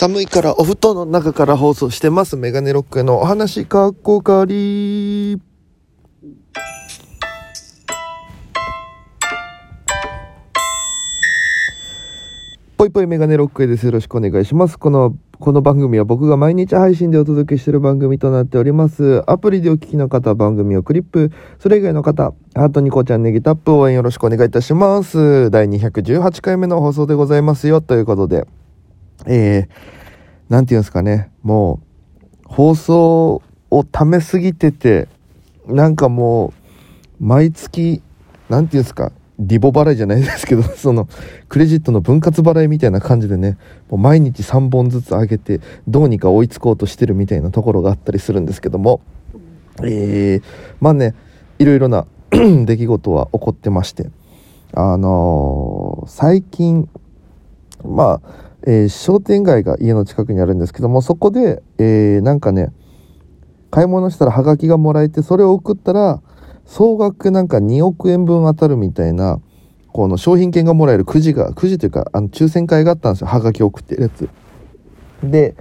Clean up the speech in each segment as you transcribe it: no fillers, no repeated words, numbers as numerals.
寒いからお布団の中から放送してます。メガネロックのお話かっこかり。ぽいぽいメガネロックです。よろしくお願いします。この番組は僕が毎日配信でお届けしている番組となっております。アプリでお聞きの方、番組をクリップ、それ以外の方、ハートニコちゃんネギタップ応援よろしくお願いいたします。第218回目の放送でございますよということで、なんていうんですかね、もう放送をためすぎてて、なんかもう毎月なんていうんですか、リボ払いじゃないですけど、そのクレジットの分割払いみたいな感じでね、もう毎日3本ずつ上げてどうにか追いつこうとしてるみたいなところがあったりするんですけども、まあね、いろいろな出来事は起こってまして、最近商店街が家の近くにあるんですけども、そこで、なんかね、買い物したらハガキがもらえて、それを送ったら総額なんか2億円分当たるみたいな、この商品券がもらえるくじというか抽選会があったんですよ。ハガキを送ってるやつで、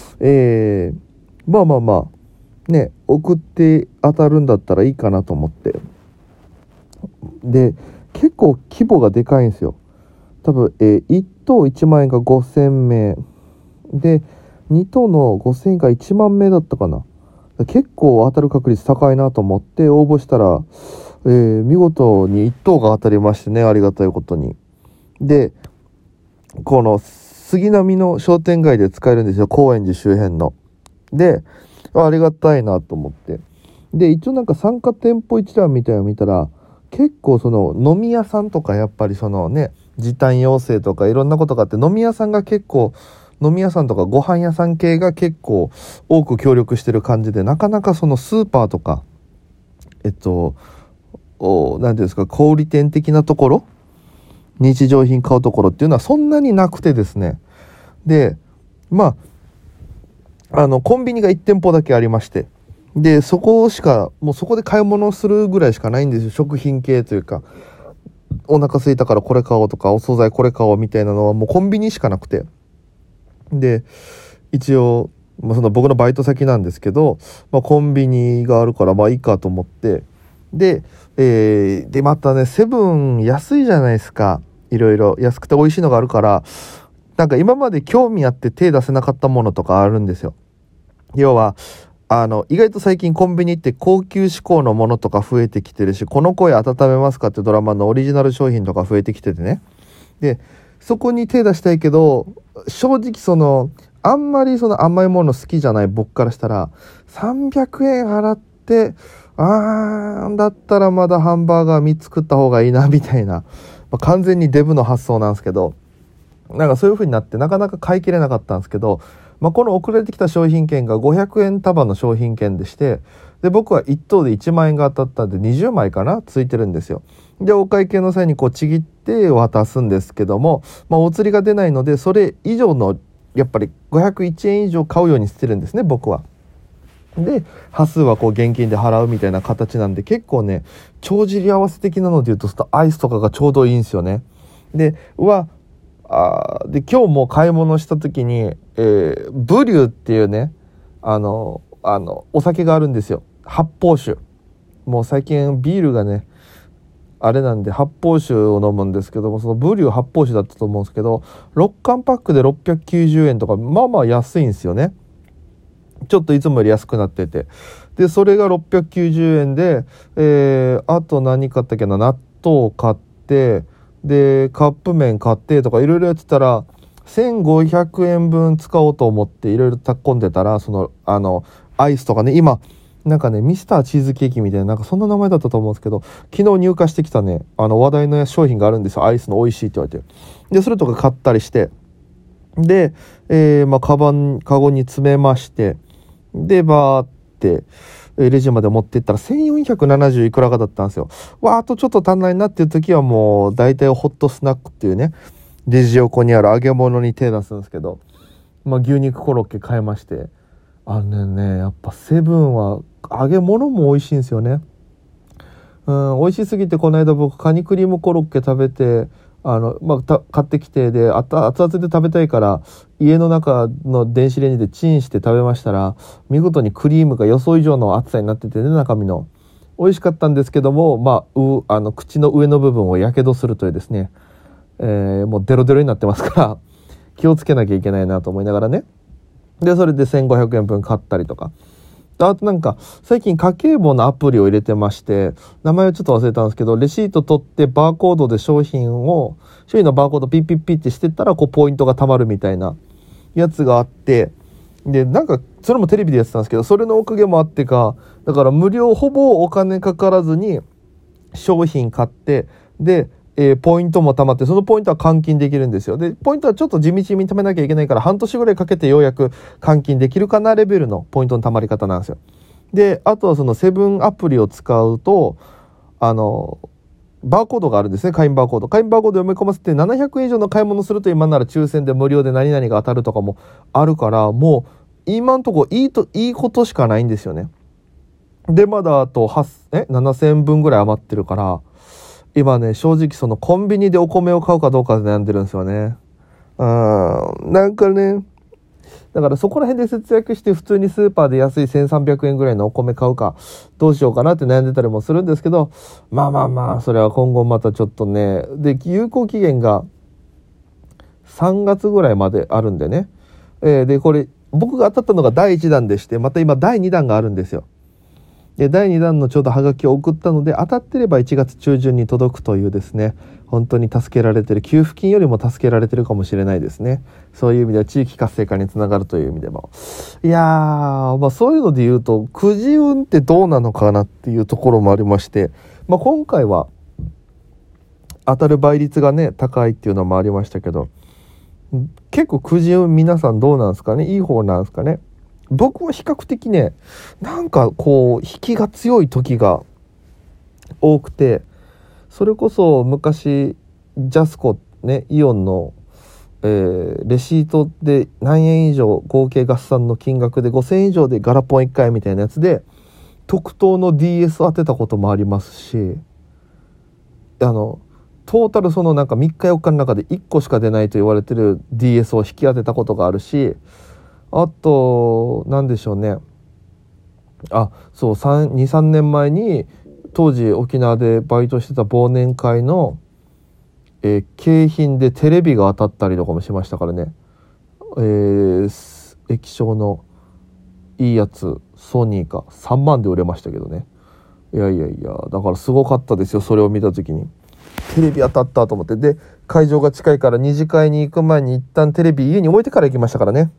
ね、送って当たるんだったらいいかなと思って、で結構規模がでかいんですよ。多分、1等1万円が5000名で、2等の5000円が1万名だったかな。結構当たる確率高いなと思って応募したら、見事に1等が当たりましてね、ありがたいことに。で、この杉並の商店街で使えるんですよ、高円寺周辺の。で、ありがたいなと思って、で一応なんか参加店舗一覧みたいなの見たら、結構その飲み屋さんとか、やっぱりそのね、時短要請とかいろんなことがあって、飲み屋さんとかご飯屋さん系が結構多く協力してる感じで、なかなかそのスーパーとかなんていうんですか、小売店的なところ、日常品買うところっていうのはそんなになくてですね。でコンビニが1店舗だけありまして、でそこで買い物するぐらいしかないんですよ。食品系というか、お腹空いたからこれ買おうとか、お惣菜これ買おうみたいなのはもうコンビニしかなくて、で一応、その僕のバイト先なんですけど、コンビニがあるからいいかと思って、でまたね、セブン安いじゃないですか。いろいろ安くて美味しいのがあるから、なんか今まで興味あって手出せなかったものとかあるんですよ。要は意外と最近コンビニって高級志向のものとか増えてきてるし、この声温めますかってドラマのオリジナル商品とか増えてきててね。でそこに手出したいけど、正直あんまり甘いもの好きじゃない僕からしたら、300円払ってだったらまだハンバーガー3つ食った方がいいなみたいな、完全にデブの発想なんですけど、なんかそういう風になってなかなか買い切れなかったんですけど、この送られてきた商品券が500円束の商品券でして、で僕は1等で1万円が当たったんで20枚かなついてるんですよ。でお会計の際にちぎって渡すんですけども、お釣りが出ないので、それ以上のやっぱり501円以上買うようにしてるんですね、僕は。で端数は現金で払うみたいな形なんで、結構ね、帳尻合わせ的なので言うとアイスとかがちょうどいいんですよね。でで今日も買い物した時に、ブリューっていうね、お酒があるんですよ。発泡酒。もう最近ビールがねあれなんで発泡酒を飲むんですけども、そのブリュー発泡酒だったと思うんですけど、6缶パックで690円とか、安いんですよね。ちょっといつもより安くなってて、でそれが690円で、あと何買ったっけな、納豆買って、でカップ麺買ってとかいろいろやってたら、1500円分使おうと思っていろいろ炊っ込んでたら、アイスとかね、今なんかね、ミスターチーズケーキみたいな、なんかそんな名前だったと思うんですけど、昨日入荷してきたね、話題の商品があるんですよ。アイスの美味しいって言われて、でそれとか買ったりして、で、カゴに詰めまして、でバーってレジまで持っていったら1470いくらかだったんですよ。あとちょっと足んないなっていう時は、もう大体ホットスナックっていうね、レジ横にある揚げ物に手出すんですけど、牛肉コロッケ買いまして、やっぱセブンは揚げ物も美味しいんですよね。美味しすぎて、この間僕カニクリームコロッケ食べて、 買ってきて、で、熱々で食べたいから、家の中の電子レンジでチンして食べましたら、見事にクリームが予想以上の厚さになっててね、中身の。美味しかったんですけども、口の上の部分をやけどするというですね、もうデロデロになってますから、気をつけなきゃいけないなと思いながらね。で、それで1500円分買ったりとか。あと最近家計簿のアプリを入れてまして、名前をちょっと忘れたんですけど、レシート取ってバーコードで商品のバーコードピッピッピッってしてったら、ポイントが貯まるみたいなやつがあって、で、それもテレビでやってたんですけど、それのおかげもあってか、だからほぼお金かからずに商品買って、で、ポイントも貯まって、そのポイントは換金できるんですよ。で、ポイントはちょっと地道に貯めなきゃいけないから、半年ぐらいかけてようやく換金できるかなレベルのポイントの貯まり方なんですよ。で、あとはそのセブンアプリを使うと、バーコードがあるんですね。会員バーコード。会員バーコード読み込ませて700円以上の買い物すると今なら抽選で無料で何々が当たるとかもあるから、もう今んとこいいことしかないんですよね。で、まだあと7000円分ぐらい余ってるから、今ね、正直そのコンビニでお米を買うかどうかで悩んでるんですよね。だからそこら辺で節約して普通にスーパーで安い1300円ぐらいのお米買うかどうしようかなって悩んでたりもするんですけど、それは今後またちょっとね、で、有効期限が3月ぐらいまであるんでね。で、これ僕が当たったのが第1弾でして、また今第2弾があるんですよ。で、第2弾のちょうどハガキを送ったので、当たってれば1月中旬に届くというですね、本当に助けられてる、給付金よりも助けられてるかもしれないですね。そういう意味では地域活性化につながるという意味でも。いやー、そういうので言うと、くじ運ってどうなのかなっていうところもありまして、今回は当たる倍率がね、高いっていうのもありましたけど、結構くじ運皆さんどうなんですかね？いい方なんですかね？僕は比較的ね、引きが強い時が多くて、それこそ昔ジャスコね、イオンの、レシートで何円以上合計合算の金額で5000円以上でガラポン1回みたいなやつで特等の DS 当てたこともありますし、トータルその3日4日の中で1個しか出ないと言われてる DS を引き当てたことがあるし、あと何でしょうね、2、3年前に当時沖縄でバイトしてた忘年会の、景品でテレビが当たったりとかもしましたからね。液晶のいいやつソニーか3万で売れましたけどね。いやだからすごかったですよ。それを見た時にテレビ当たったと思って、で会場が近いから二次会に行く前に一旦テレビ家に置いてから行きましたからね。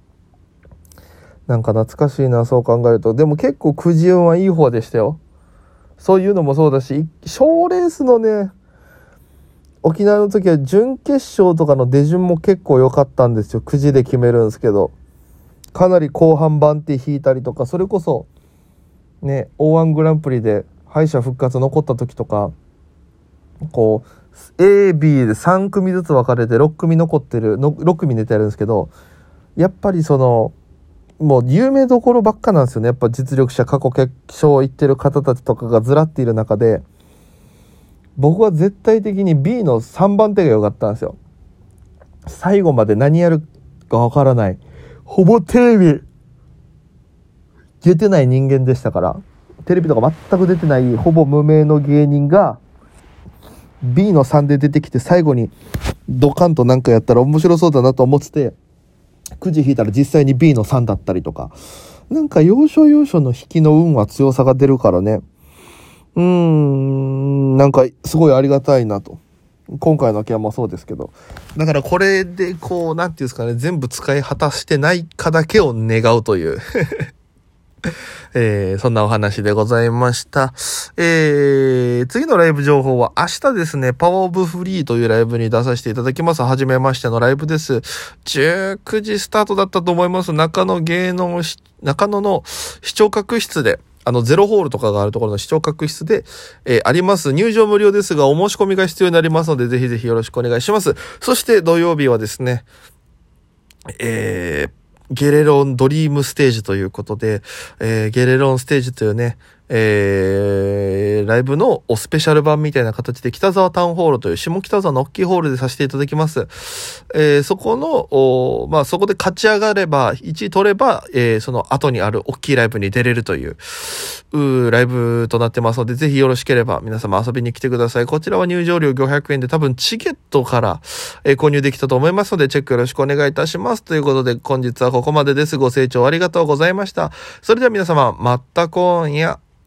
懐かしいな、そう考えると。でも結構くじ運はいい方でしたよ。そういうのもそうだし、賞レースのね、沖縄の時は準決勝とかの出順も結構良かったんですよ。くじで決めるんですけど、かなり後半番手引いたりとか、それこそね、O1 グランプリで敗者復活残った時とか、A、B で3組ずつ分かれて6組残ってるの、6組出てやるんですけど、やっぱりもう有名どころばっかなんですよね。やっぱ実力者、過去決勝行ってる方たちとかがずらっている中で、僕は絶対的に B の3番手が良かったんですよ。最後まで何やるかわからない、ほぼテレビ出てない人間でしたから、テレビとか全く出てないほぼ無名の芸人が B の3で出てきて、最後にドカンとやったら面白そうだなと思ってて、くじ引いたら実際に B の3だったりとか、要所要所の引きの運は強さが出るからね。すごいありがたいなと。今回の秋山もそうですけど。だからこれでなんていうんですかね、全部使い果たしてないかだけを願うという。そんなお話でございました。次のライブ情報は明日ですね、パワーオブフリーというライブに出させていただきます。初めましてのライブです。19時スタートだったと思います。中野の視聴覚室で、ゼロホールとかがあるところの視聴覚室で、あります。入場無料ですが、お申し込みが必要になりますので、ぜひぜひよろしくお願いします。そして土曜日はですね、ゲレロンドリームステージということで、ゲレロンステージというね、 ライブのスペシャル版みたいな形で北沢タウンホールという下北沢の大きいホールでさせていただきます。そこの、そこで勝ち上がれば、1位取れば、その後にある大きいライブに出れるという、ライブとなってますので、ぜひよろしければ皆様遊びに来てください。こちらは入場料500円で多分チケットから、購入できたと思いますので、チェックよろしくお願いいたします。ということで、本日はここまでです。ご清聴ありがとうございました。それでは皆様、また今夜。